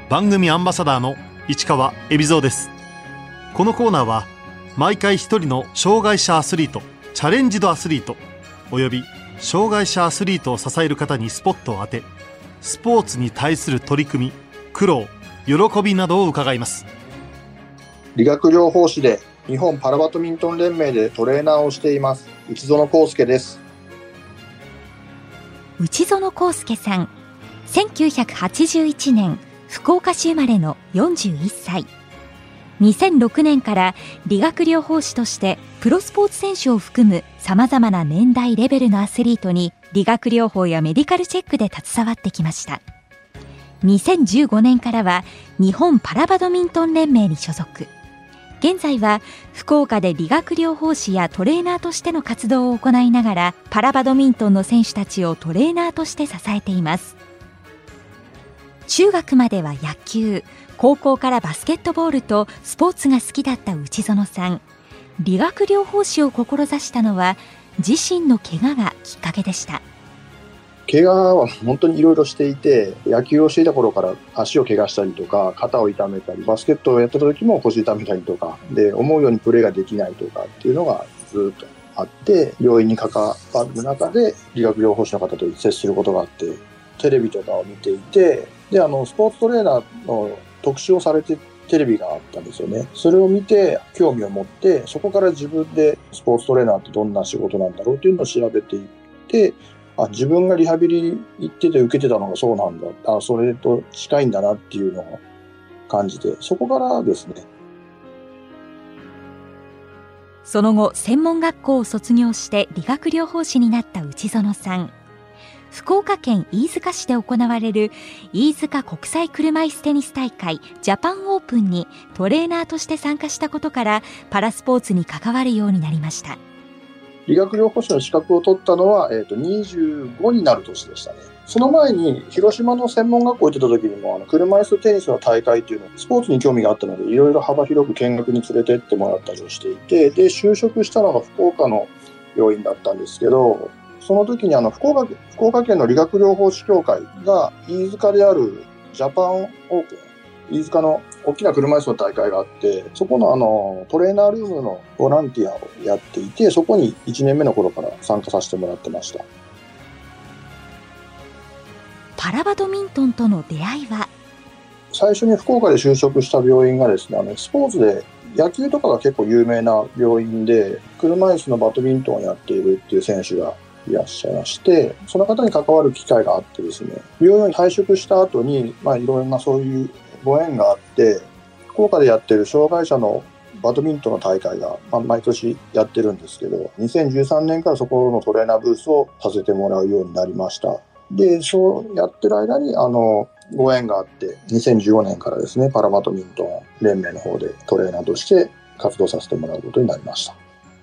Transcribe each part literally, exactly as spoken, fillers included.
番組アンバサダーの市川恵比蔵です。このコーナーは毎回一人の障害者アスリート、チャレンジドアスリートおよび障害者アスリートを支える方にスポットを当て、スポーツに対する取り組み、苦労、喜びなどを伺います。 理学療法士で日本パラバドミントン連盟でトレーナーをしています内園康介です。 内園康介さん、せんきゅうひゃくはちじゅういちねん福岡市生まれのよんじゅういっさい。にせんろくねんから理学療法士としてプロスポーツ選手を含むさまざまな年代レベルのアスリートに理学療法やメディカルチェックで携わってきました。にせんじゅうごねんからは日本パラバドミントン連盟に所属。現在は福岡で理学療法士やトレーナーとしての活動を行いながらパラバドミントンの選手たちをトレーナーとして支えています。中学までは野球、高校からバスケットボールとスポーツが好きだった内園さん。理学療法士を志したのは自身の怪我がきっかけでした。 怪我は本当にいろいろしていて、野球をしていた頃から足を怪我したりとか肩を痛めたり、バスケットをやってた時も腰痛めたりとかで、思うようにプレーができないとかっていうのがずっとあって、病院に関わる中で理学療法士の方と接することがあって、テレビとかを見ていて、であのスポーツトレーナーの特集をされてテレビがあったんですよね。それを見て興味を持って、そこから自分でスポーツトレーナーってどんな仕事なんだろうというのを調べていって、あ、自分がリハビリ行ってて受けてたのがそうなんだ、あ、それと近いんだなっていうのを感じて、そこからですね。 その後専門学校を卒業して理学療法士になった内園さん。福岡県飯塚市で行われる飯塚国際車椅子テニス大会ジャパンオープンにトレーナーとして参加したことからパラスポーツに関わるようになりました。 理学療法士の資格を取ったのは、えーと、にじゅうごになる年でしたね。その前に広島の専門学校行ってた時にも、あの車椅子テニスの大会っていうの、スポーツに興味があったのでいろいろ幅広く見学に連れてってもらったりをしていて、で就職したのが福岡の病院だったんですけど、その時にあの福岡、福岡県の理学療法士協会が飯塚であるジャパンオープン、飯塚の大きな車椅子の大会があって、そこのあのトレーナールームのボランティアをやっていて、そこにいちねんめの頃から参加させてもらってました。 パラバドミントンとの出会いは、 最初に福岡で就職した病院がですね、あのスポーツで野球とかが結構有名な病院で、車椅子のバドミントンをやっているっていう選手がいらっしゃいまして、その方に関わる機会があってですね、病院に退職した後に、まあいろんなそういうご縁があって、福岡でやってる障害者のバドミントンの大会が、まあ、毎年やってるんですけど、にせんじゅうさんねんからそこのトレーナーブースをさせてもらうようになりました。で、そうやってる間にあのご縁があって、にせんじゅうごねんからですね、パラバドミントン連盟の方でトレーナーとして活動させてもらうことになりました。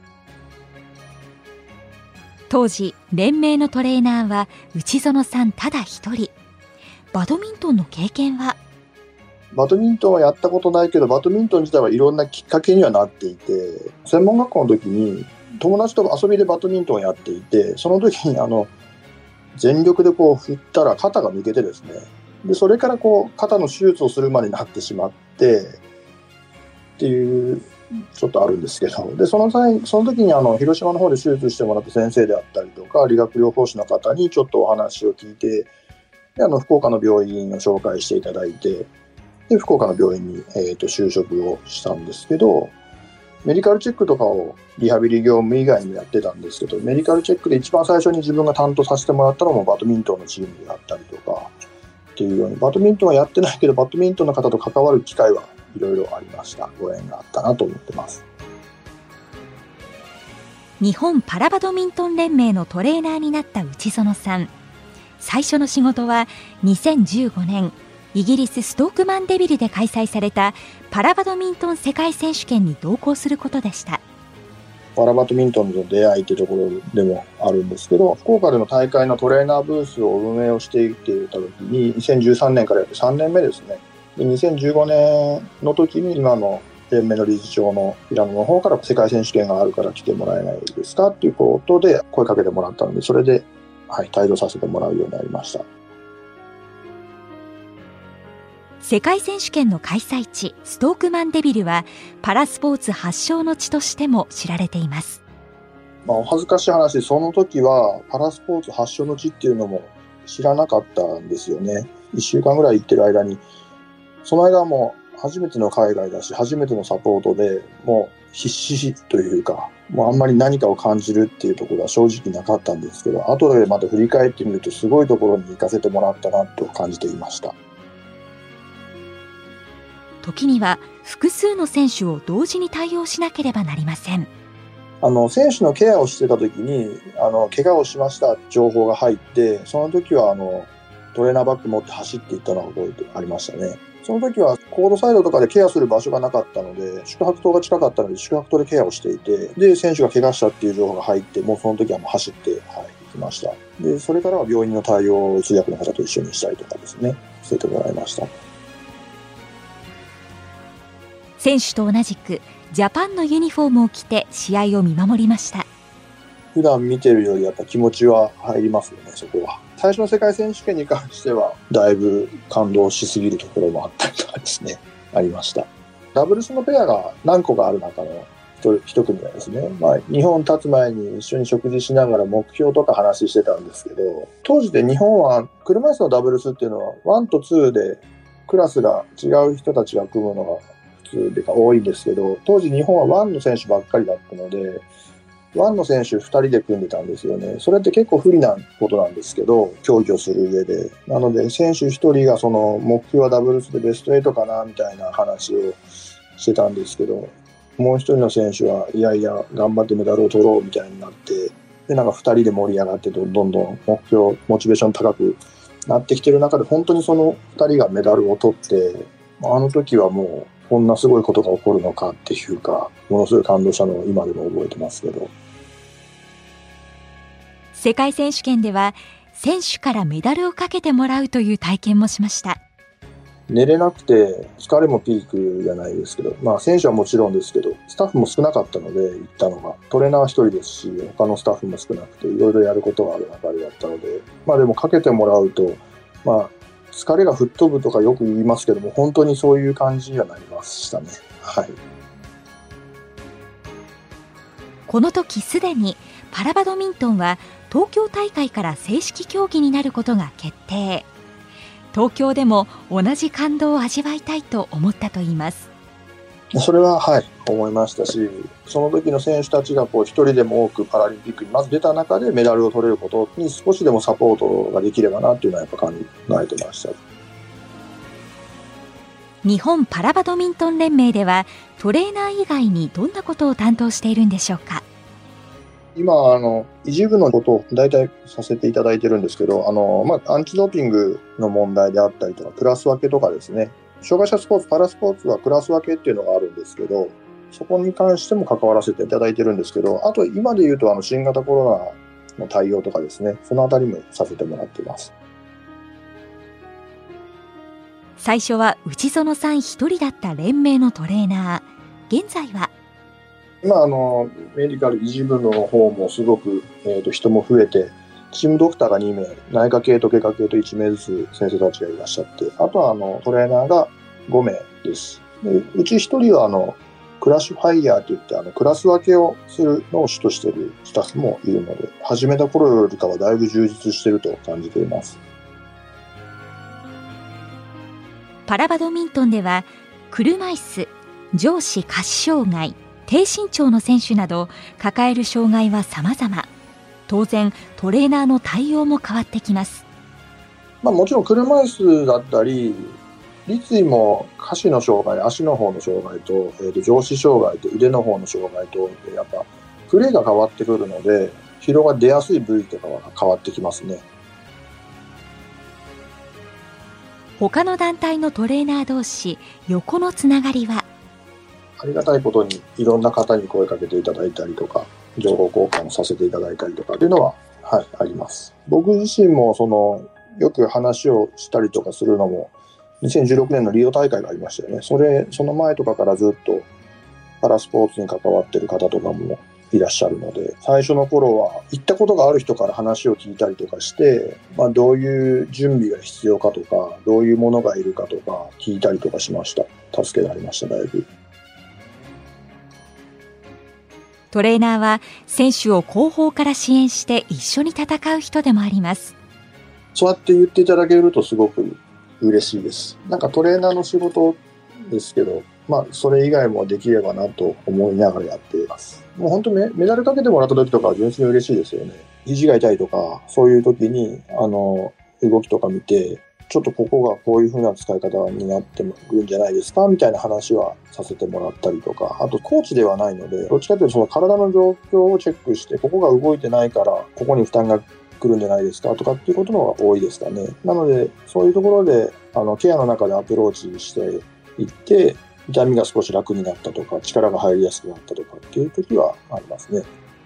当時連盟のトレーナーは内園さんただ一人。バドミントンの経験は？ バドミントンはやったことないけど、バドミントン自体はいろんなきっかけにはなっていて、専門学校の時に友達と遊びでバドミントンをやっていて、その時にあの全力でこう振ったら肩が抜けてですね、でそれからこう肩の手術をするまでになってしまってっていうちょっとあるんですけど、でその際その時にあの広島の方で手術してもらった先生であったりとか理学療法士の方にちょっとお話を聞いて、であの福岡の病院を紹介していただいて、で福岡の病院に、えー、と就職をしたんですけど、メディカルチェックとかをリハビリ業務以外にもやってたんですけど、メディカルチェックで一番最初に自分が担当させてもらったのもバドミントンのチームであったりとかっていうように、バドミントンはやってないけどバドミントンの方と関わる機会はいろいろありました。ご縁があったなと思ってます。 日本パラバドミントン連盟のトレーナーになった内園さん。最初の仕事はにせんじゅうごねんイギリスストークマンデビルで開催されたパラバドミントン世界選手権に同行することでした。 パラバドミントンの出会いというところでもあるんですけど、福岡での大会のトレーナーブースを運営をしていっていた時ににせんじゅうさんねんからやってさんねんめですね。でにせんじゅうごねんの時に今の連盟の理事長の平野の方から世界選手権があるから来てもらえないですかっていうことで声かけてもらったので、それで、はい、帯同させてもらうようになりました。 世界選手権の開催地ストークマンデビルはパラスポーツ発祥の地としても知られています。 まあ、お恥ずかしい話、その時はパラスポーツ発祥の地っていうのも知らなかったんですよね。いっしゅうかんぐらい行ってる間に、その間はもう初めての海外だし、初めてのサポートで、もう必死というか、もうあんまり何かを感じるっていうところは正直なかったんですけど、後でまた振り返ってみるとすごいところに行かせてもらったなと感じていました。 時には複数の選手を同時に対応しなければなりません。 あの選手のケアをしてた時にあの怪我をしました情報が入って、その時はあのトレーナーバッグ持って走っていったのが覚えてありましたね。その時はコードサイドとかでケアする場所がなかったので、宿泊棟が近かったので宿泊棟でケアをしていて、で選手が怪我したっていう情報が入って、もうその時はもう走って、はい、行きました。でそれからは病院の対応を通訳の方と一緒にしたりとかですね、させてもらいました。 選手と同じくジャパンのユニフォームを着て試合を見守りました。 普段見てるよりやっぱ気持ちは入りますよね、そこは。最初の世界選手権に関してはだいぶ感動しすぎるところもあったりとかですね、ありました。ダブルスのペアが何個かある中の一組はですね、まあ、日本立つ前に一緒に食事しながら目標とか話してたんですけど、当時で日本は車椅子のダブルスっていうのはワンとツーでクラスが違う人たちが組むのが普通でか多いんですけど、当時日本はワンの選手ばっかりだったので、ワンの選手ふたりで組んでたんですよね。それって結構不利なことなんですけど、競技をする上で。なので選手ひとりがその目標はダブルスでベストはちかなみたいな話をしてたんですけど、もう一人の選手はいやいや頑張ってメダルを取ろうみたいになって、でなんかふたりで盛り上がってどんどんどん目標モチベーション高くなってきてる中で、本当にそのふたりがメダルを取って、あの時はもうこんなすごいことが起こるのかっていうか、ものすごい感動したのを今でも覚えてますけど。 世界選手権では選手からメダルをかけてもらうという体験もしました。 寝れなくて疲れもピークじゃないですけど、まあ選手はもちろんですけど、スタッフも少なかったので行ったのが、トレーナーは一人ですし、他のスタッフも少なくていろいろやることがある中でだったので、まあでもかけてもらうと、まあ疲れが吹っ飛ぶとかよく言いますけども、本当にそういう感じにはなりましたね。はい。 この時すでにパラバドミントンは東京大会から正式競技になることが決定。東京でも同じ感動を味わいたいと思ったといいます。 それははい思いましたし、その時の選手たちがこう一人でも多くパラリンピックにまず出た中でメダルを取れることに少しでもサポートができればなというのはやっぱ考えてました。 日本パラバドミントン連盟ではトレーナー以外にどんなことを担当しているんでしょうか。 今あの維持部のことを大体させていただいてるんですけど、あの、まあ、アンチドーピングの問題であったりとかクラス分けとかですね、障害者スポーツパラスポーツはクラス分けっていうのがあるんですけど、そこに関しても関わらせていただいてるんですけど、あと今で言うとあの新型コロナの対応とかですね、そのあたりもさせてもらっています。 最初は内園さん一人だった連盟のトレーナー、現在は今あのメディカル維持部の方もすごく、えー、と人も増えて、チームドクターがにめい、内科系と外科系といちめいずつ先生たちがいらっしゃって、あとはあのトレーナーがごめいです。でうちひとりはあのクラッシュファイヤーといってあのクラス分けをするのを主としているスタッフもいるので、始めた頃よりかはだいぶ充実していると感じています。 パラバドミントンでは車椅子、上肢下肢障害、低身長の選手など抱える障害は様々。当然トレーナーの対応も変わってきます。 まあ、もちろん車椅子だったり立位も下肢の障害、足の方の障害と、えー、と上肢障害と腕の方の障害とやっぱプレーが変わってくるので、疲労が出やすい部位とかは変わってきますね。 他の団体のトレーナー同士横のつながりは、 ありがたいことにいろんな方に声かけていただいたりとか、情報交換をさせていただいたりとかっていうのは、はい、あります。僕自身もそのよく話をしたりとかするのも、にせんじゅうろくねんのリオ大会がありましたよね。それその前とかからずっとパラスポーツに関わってる方とかもいらっしゃるので、最初の頃は行ったことがある人から話を聞いたりとかして、まあ、どういう準備が必要かとか、どういうものがいるかとか聞いたりとかしました。助けがありました、だいぶ。 トレーナーは選手を後方から支援して一緒に戦う人でもあります。 そうやって言っていただけるとすごく嬉しいです。なんかトレーナーの仕事ですけど、まあそれ以外もできればなと思いながらやっています。もう本当メメダルかけてもらった時とかは純粋に嬉しいですよね。肘が痛いとかそういう時にあの動きとか見て、ちょっとここがこういう風な使い方になってくるんじゃないですかみたいな話はさせてもらったりとか、あとコーチではないので、どっちかというとその体の状況をチェックして、ここが動いてないからここに負担が来るんじゃないですかとかっていうことの方が多いですかね。なのでそういうところであのケアの中でアプローチしていって、痛みが少し楽になったとか力が入りやすくなったとかっていう時はありますね。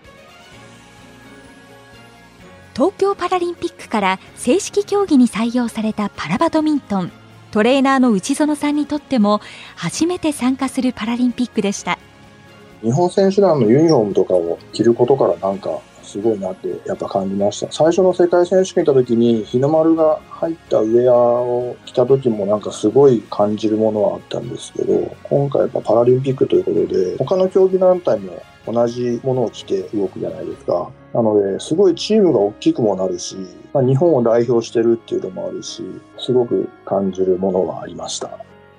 東京パラリンピックから正式競技に採用されたパラバドミントン。トレーナーの内園さんにとっても初めて参加するパラリンピックでした。 日本選手団のユニフォームとかを着ることからなんかすごいなってやっぱ感じました。最初の世界選手権行った時に日の丸が入ったウェアを着た時もなんかすごい感じるものはあったんですけど、今回やっぱパラリンピックということで他の競技団体も同じものを着て動くじゃないですか。なのですごいチームが大きくもなるし、まあ、日本を代表してるっていうのもあるし、すごく感じるものはありました。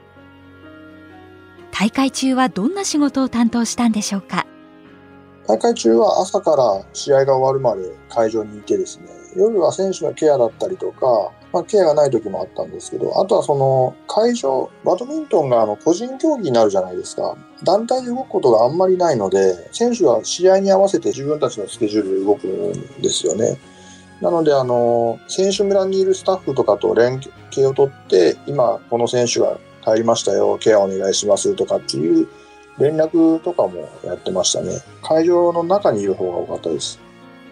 大会中はどんな仕事を担当したんでしょうか。 大会中は朝から試合が終わるまで会場にいてですね、夜は選手のケアだったりとか、まあ、ケアがない時もあったんですけど、あとはその会場、バドミントンがあの個人競技になるじゃないですか。団体で動くことがあんまりないので、選手は試合に合わせて自分たちのスケジュールで動くんですよね。なのであの選手村にいるスタッフとかと連携を取って、今この選手が帰りましたよ、ケアお願いしますとかっていう連絡とかもやってましたね。会場の中にいる方が多かったです。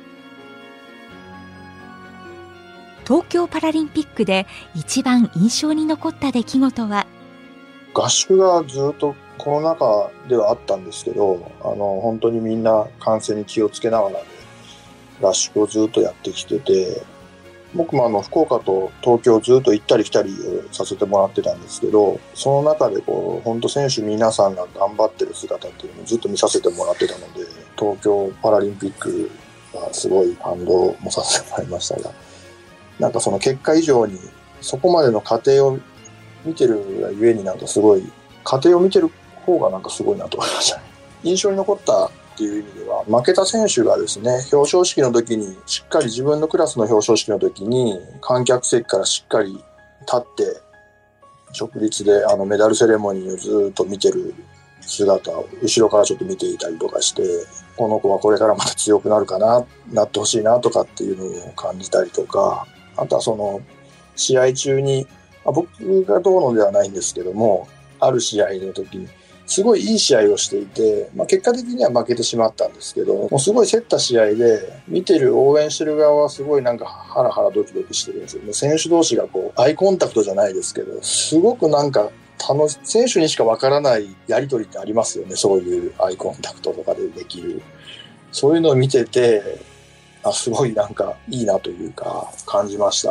東京パラリンピックで一番印象に残った出来事は？ 合宿がずっとコロナ禍ではあったんですけど、あの本当にみんな感染に気をつけながら、ね、合宿をずっとやってきてて、僕もあの福岡と東京ずっと行ったり来たりをさせてもらってたんですけど、その中でこう本当選手皆さんが頑張ってる姿っていうのをずっと見させてもらってたので、東京パラリンピックはすごい感動もさせてもらいましたが、なんかその結果以上にそこまでの過程を見てるがゆえになんかすごい過程を見てる方がなんかすごいなと思いましたね。印象に残ったっていう意味では、負けた選手がですね、表彰式の時にしっかり自分のクラスの表彰式の時に観客席からしっかり立って直立であのメダルセレモニーをずっと見てる姿を後ろからちょっと見ていたりとかして、この子はこれからまた強くなるかな、なってほしいなとかっていうのを感じたりとか、あとはその試合中に、まあ、僕がどうのではないんですけども、ある試合の時にすごいいい試合をしていて、まあ、結果的には負けてしまったんですけど、もうすごい競った試合で見てる応援してる側はすごいなんかハラハラドキドキしてるんですよ。もう選手同士がこうアイコンタクトじゃないですけど、すごくなんか楽し選手にしかわからないやり取りってありますよね。そういうアイコンタクトとかでできる、そういうのを見てて、あ、すごいなんかいいなというか感じました。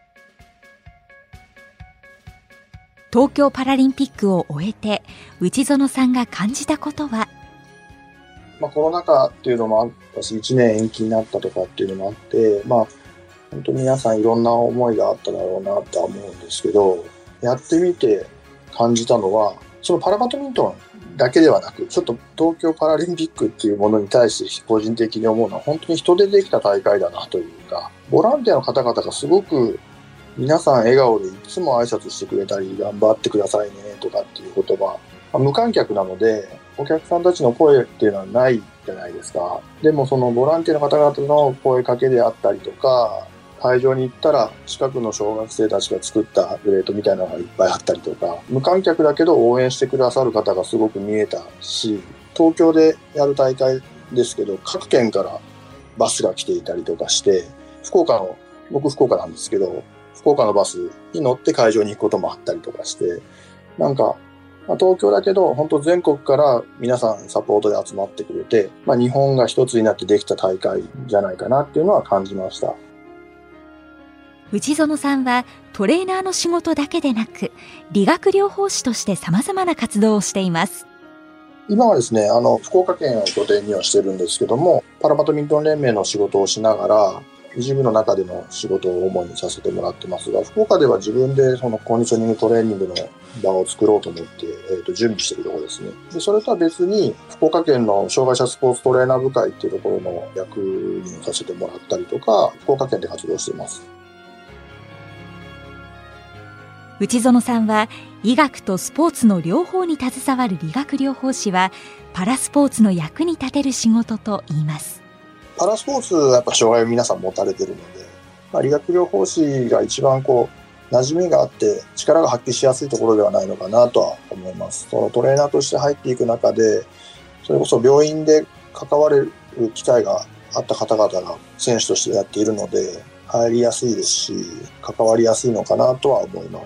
東京パラリンピックを終えて内園さんが感じたことは？ まあ、コロナ禍っていうのもあったし、いちねん延期になったとかっていうのもあって、まあ、本当に皆さんいろんな思いがあっただろうなって思うんですけど、やってみて感じたのは、そのパラバドミントンだけではなく、ちょっと東京パラリンピックっていうものに対して個人的に思うのは、本当に人でできた大会だなというか、ボランティアの方々がすごく皆さん笑顔でいつも挨拶してくれたり、頑張ってくださいねとかっていう言葉、まあ、無観客なのでお客さんたちの声っていうのはないじゃないですか。でもそのボランティアの方々の声かけであったりとか、会場に行ったら近くの小学生たちが作ったプレートみたいなのがいっぱいあったりとか、無観客だけど応援してくださる方がすごく見えたし、東京でやる大会ですけど各県からバスが来ていたりとかして、福岡の僕福岡なんですけど、福岡のバスに乗って会場に行くこともあったりとかして、なんかまあ、東京だけど本当全国から皆さんサポートで集まってくれて、まあ、日本が一つになってできた大会じゃないかなっていうのは感じました。 内園さんはトレーナーの仕事だけでなく、理学療法士として様々な活動をしています。 今はですね、あの福岡県を拠点にはしてるんですけども、パラバドミントン連盟の仕事をしながらジムの中での仕事を主にさせてもらってますが、福岡では自分でそのコンディショニングトレーニングの場を作ろうと思って、えー、と準備しているところですね。でそれとは別に福岡県の障害者スポーツトレーナー部会っていうところの役員をさせてもらったりとか、福岡県で活動しています。 内園さんは医学とスポーツの両方に携わる理学療法士はパラスポーツの役に立てる仕事と言います。 パラスポーツはやっぱ障害を皆さん持たれているので、まあ、理学療法士が一番こう馴染みがあって力が発揮しやすいところではないのかなとは思います。そのトレーナーとして入っていく中で、それこそ病院で関われる機会があった方々が選手としてやっているので入りやすいですし、関わりやすいのかなとは思います。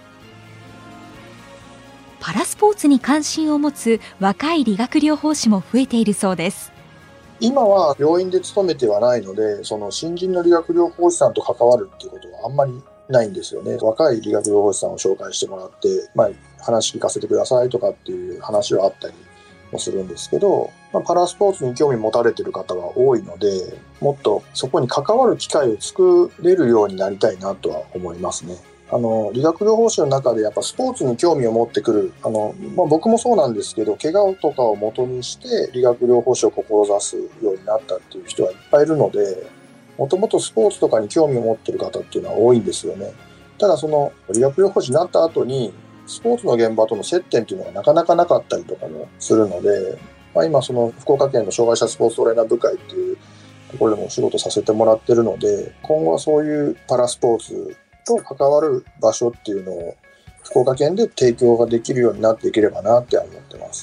パラスポーツに関心を持つ若い理学療法士も増えているそうです。 今は病院で勤めてはないので、その新人の理学療法士さんと関わるっていうことはあんまりないんですよね。若い理学療法士さんを紹介してもらって、まあ、話聞かせてくださいとかっていう話はあったりもするんですけど、まあ、パラスポーツに興味持たれている方は多いので、もっとそこに関わる機会を作れるようになりたいなとは思いますね。あの理学療法士の中でやっぱスポーツに興味を持ってくる、あの、まあ、僕もそうなんですけど、怪我とかを元にして理学療法士を志すようになったっていう人はいっぱいいるので、もともとスポーツとかに興味を持ってる方っていうのは多いんですよね。ただその理学療法士になった後にスポーツの現場との接点っていうのがなかなかなかったりとかもするので、まあ、今その福岡県の障害者スポーツトレーナー部会っていうところでもお仕事させてもらってるので、今後はそういうパラスポーツと関わる場所っていうのを福岡県で提供ができるようになっていければなって思ってます。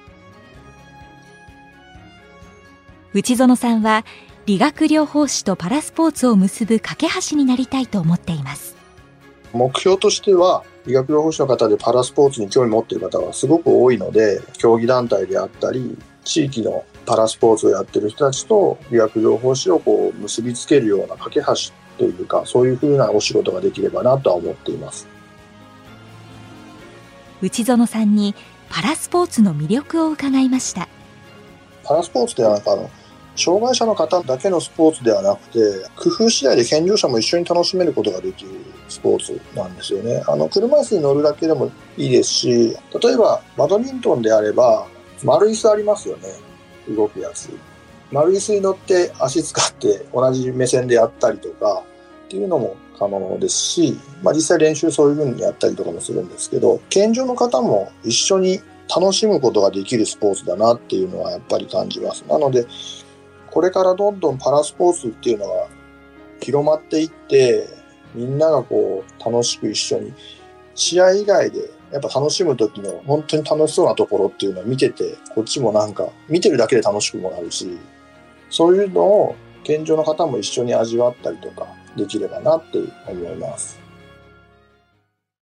内園さんは理学療法士とパラスポーツを結ぶ架け橋になりたいと思っています。 目標としては理学療法士の方でパラスポーツに興味を持っている方がすごく多いので、競技団体であったり地域のパラスポーツをやっている人たちと理学療法士をこう結びつけるような架け橋というか、そういうふうなお仕事ができればなとは思っています。 内園さんにパラスポーツの魅力を伺いました。 パラスポーツってなんかあの障害者の方だけのスポーツではなくて、工夫次第で健常者も一緒に楽しめることができるスポーツなんですよね。あの車椅子に乗るだけでもいいですし、例えばバドミントンであれば丸椅子ありますよね、動くやつ。丸椅子に乗って足使って同じ目線でやったりとかっていうのも可能ですし、まあ、実際練習そういう風にやったりとかもするんですけど、健常の方も一緒に楽しむことができるスポーツだなっていうのはやっぱり感じます。なのでこれからどんどんパラスポーツっていうのが広まっていって、みんながこう楽しく一緒に試合以外でやっぱ楽しむ時の本当に楽しそうなところっていうのを見てて、こっちもなんか見てるだけで楽しくもなるし、そういうのを健常の方も一緒に味わったりとかできればなって思います。